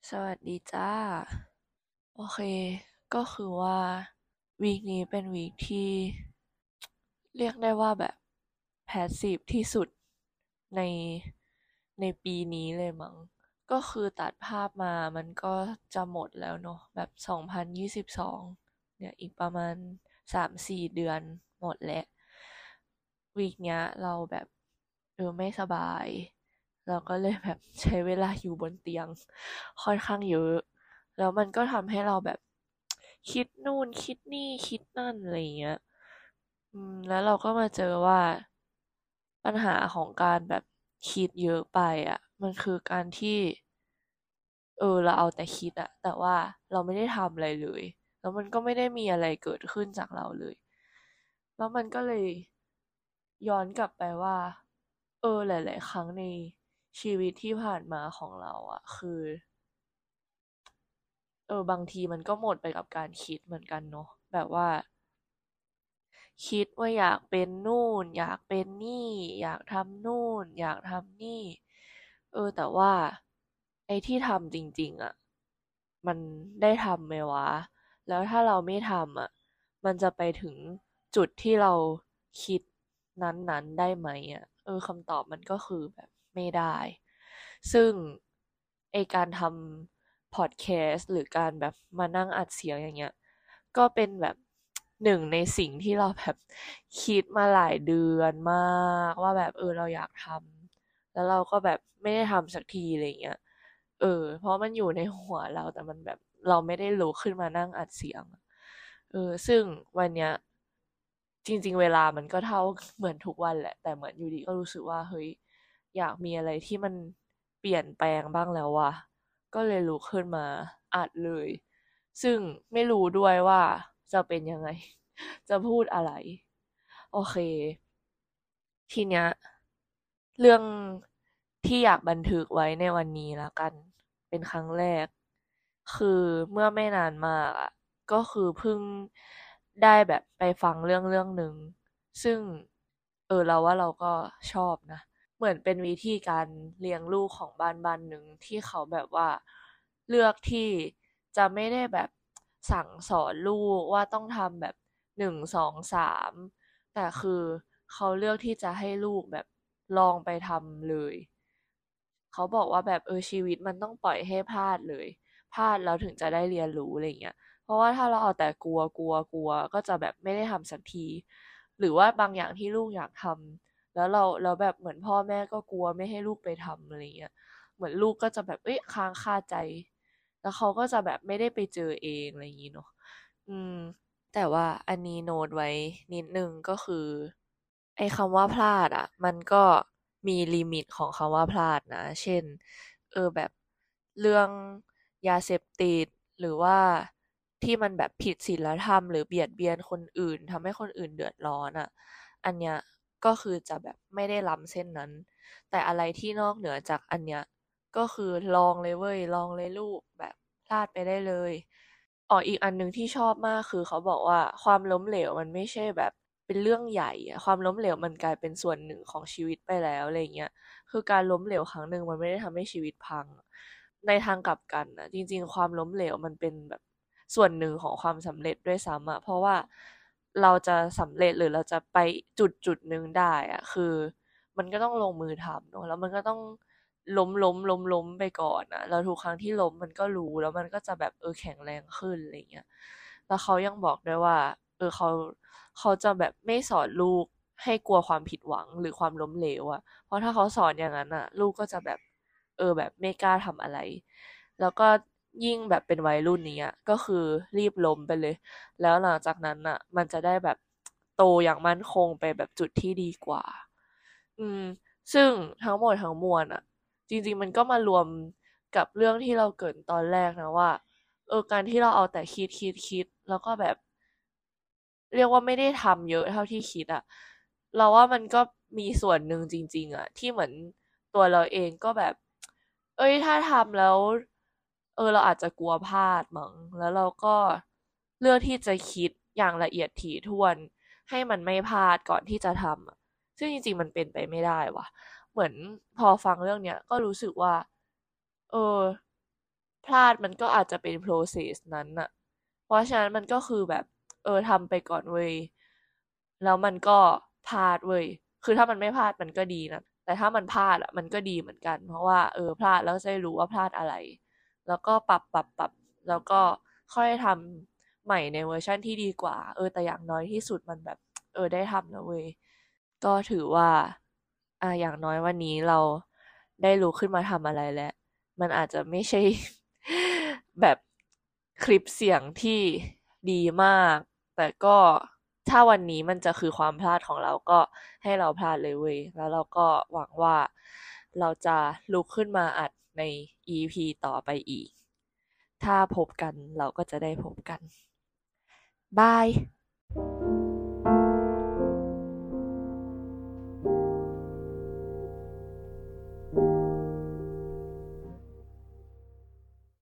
สวัสดีจ้าโอเคก็คือว่าวีคนี้เป็นวีคที่เรียกได้ว่าแบบแพสซีฟที่สุดในในปีนี้เลยมั้งก็คือตัดภาพมามันก็จะหมดแล้วเนอะแบบ2022เนี่ยอีกประมาณ3-4 เดือนหมดแล้ววีคเนี้ยเราแบบไม่สบายเราก็เลยแบบใช้เวลาอยู่บนเตียงค่อนข้างเยอะ แล้วมันก็ทำให้เราแบบคิดนู่นคิดนี่คิดนั่นอะไรอย่างเงี้ยแล้วเราก็มาเจอว่าปัญหาของการแบบคิดเยอะไปอ่ะมันคือการที่เราเอาแต่คิดอะแต่ว่าเราไม่ได้ทำอะไรเลยแล้วมันก็ไม่ได้มีอะไรเกิดขึ้นจากเราเลยแล้วมันก็เลยย้อนกลับไปว่าหลายๆครั้งในชีวิตที่ผ่านมาของเราอะคือบางทีมันก็หมดไปกับการคิดเหมือนกันเนาะแบบว่าคิดว่าอยากเป็นนู่นอยากเป็นนี่อยากทำนู่นอยากทำนี่แต่ว่าไอ้ที่ทำจริงๆอ่ะมันได้ทำไหมวะแล้วถ้าเราไม่ทำอ่ะมันจะไปถึงจุดที่เราคิดนั้นๆได้ไหมอ่ะคำตอบมันก็คือแบบไม่ได้ซึ่งไอการทำพอดแคสต์หรือการแบบมานั่งอัดเสียงอย่างเงี้ยก็เป็นแบบหนึ่งในสิ่งที่เราแบบคิดมาหลายเดือนมากว่าแบบเราอยากทำแล้วเราก็แบบไม่ได้ทำสักทีอะไรเงี้ยเพราะมันอยู่ในหัวเราแต่มันแบบเราไม่ได้ลุกขึ้นมานั่งอัดเสียงซึ่งวันเนี้ยจริงๆเวลามันก็เท่าเหมือนทุกวันแหละแต่เหมือนอยู่ดีก็รู้สึกว่าเฮ้ยอยากมีอะไรที่มันเปลี่ยนแปลงบ้างแล้วว่ะก็เลยลุกขึ้นมาอัดเลยซึ่งไม่รู้ด้วยว่าจะเป็นยังไงจะพูดอะไรโอเคทีเนี้ยเรื่องที่อยากบันทึกไว้ในวันนี้ละกันเป็นครั้งแรกคือเมื่อไม่นานมากอ่ะก็คือเพิ่งได้แบบไปฟังเรื่องหนึ่งซึ่งเราว่าเราก็ชอบนะเหมือนเป็นวิธีการเลี้ยงลูกของบ้านหนึ่งที่เขาแบบว่าเลือกที่จะไม่ได้แบบสั่งสอนลูกว่าต้องทำแบบ1 2 3แต่คือเขาเลือกที่จะให้ลูกแบบลองไปทำเลยเขาบอกว่าแบบชีวิตมันต้องปล่อยให้พลาดเลยพลาดแล้วถึงจะได้เรียนรู้อะไรเงี้ยเพราะว่าถ้าเราเอาแต่กลัวก็จะแบบไม่ได้ทำสักทีหรือว่าบางอย่างที่ลูกอยากทำแล้วเราแบบเหมือนพ่อแม่ก็กลัวไม่ให้ลูกไปทำอะไรเงี้ยเหมือนลูกก็จะแบบค้างคาใจแล้วเขาก็จะแบบไม่ได้ไปเจอเองอะไรอย่างงี้เนาะอืม แต่ว่าอันนี้โน้ตไว้นิดนึงก็คือไอ้คำว่าพลาดอ่ะมันก็มีลิมิตของคำว่าพลาดนะเช่นแบบเรื่องยาเสพติดหรือว่าที่มันแบบผิดศีลธรรมหรือเบียดเบียนคนอื่นทำให้คนอื่นเดือดร้อนอ่ะอันเนี้ยก็คือจะแบบไม่ได้ล้ำเส้นนั้นแต่อะไรที่นอกเหนือจากอันเนี้ยก็คือลองเลยเว้ยลองเลยลูกแบบพลาดไปได้เลย อีกอันหนึ่งที่ชอบมากคือเขาบอกว่าความล้มเหลวมันไม่ใช่แบบเป็นเรื่องใหญ่อะความล้มเหลวมันกลายเป็นส่วนหนึ่งของชีวิตไปแล้วอะไรเงี้ยคือการล้มเหลวครั้งหนึ่งมันไม่ได้ทำให้ชีวิตพังในทางกลับกันนะจริงๆความล้มเหลวมันเป็นแบบส่วนหนึ่งของความสำเร็จด้วยซ้ำอะเพราะว่าเราจะสำเร็จหรือเราจะไปจุดหนึ่งได้อะคือมันก็ต้องลงมือทำเนอะแล้วมันก็ต้องล้มไปก่อนอะแล้วทุกครั้งที่ล้มมันก็รู้แล้วมันก็จะแบบแข็งแรงขึ้นอะไรเงี้ยแล้วเขายังบอกด้วยว่าเขาจะแบบไม่สอนลูกให้กลัวความผิดหวังหรือความล้มเหลวอะเพราะถ้าเขาสอนอย่างนั้นอะลูกก็จะแบบแบบไม่กล้าทำอะไรแล้วก็ยิ่งแบบเป็นวัยรุ่นนี้อะก็คือรีบล้มไปเลยแล้วหลังจากนั้นอะมันจะได้แบบโตอย่างมั่นคงไปแบบจุดที่ดีกว่าอืม ซึ่งทั้งหมดทั้งมวลอะจริงๆมันก็มารวมกับเรื่องที่เราเกริ่นตอนแรกนะว่าการที่เราเอาแต่คิดแล้วก็แบบเรียกว่าไม่ได้ทำเยอะเท่าที่คิดอะเราว่ามันก็มีส่วนหนึ่งจริงๆอะที่เหมือนตัวเราเองก็แบบถ้าทำแล้วเราอาจจะกลัวพลาดมั้งแล้วเราก็เลือกที่จะคิดอย่างละเอียดถี่ถ้วนให้มันไม่พลาดก่อนที่จะทำอะ ซึ่งจริงๆมันเป็นไปไม่ได้ว่ะเหมือนพอฟังเรื่องเนี้ยก็รู้สึกว่าเออพลาดมันก็อาจจะเป็น process นั้นน่ะเพราะฉะนั้นมันก็คือแบบทำไปก่อนเว้ยแล้วมันก็พลาดเว้ยคือถ้ามันไม่พลาดมันก็ดีนะแต่ถ้ามันพลาดอ่ะมันก็ดีเหมือนกันเพราะว่าพลาดแล้วจะได้รู้ว่าพลาดอะไรแล้วก็ปรับแล้วก็ค่อยทำใหม่ในเวอร์ชันที่ดีกว่าแต่อย่างน้อยที่สุดมันแบบได้ทำนะเว้ยก็ถือว่าอย่างน้อยวันนี้เราได้ลุกขึ้นมาทำอะไรแล้วมันอาจจะไม่ใช่แบบคลิปเสียงที่ดีมากแต่ก็ถ้าวันนี้มันจะคือความพลาดของเราก็ให้เราพลาดเลยเว้ยแล้วเราก็หวังว่าเราจะลุกขึ้นมาอัดใน EP ต่อไปอีกถ้าพบกันเราก็จะได้พบกันบาย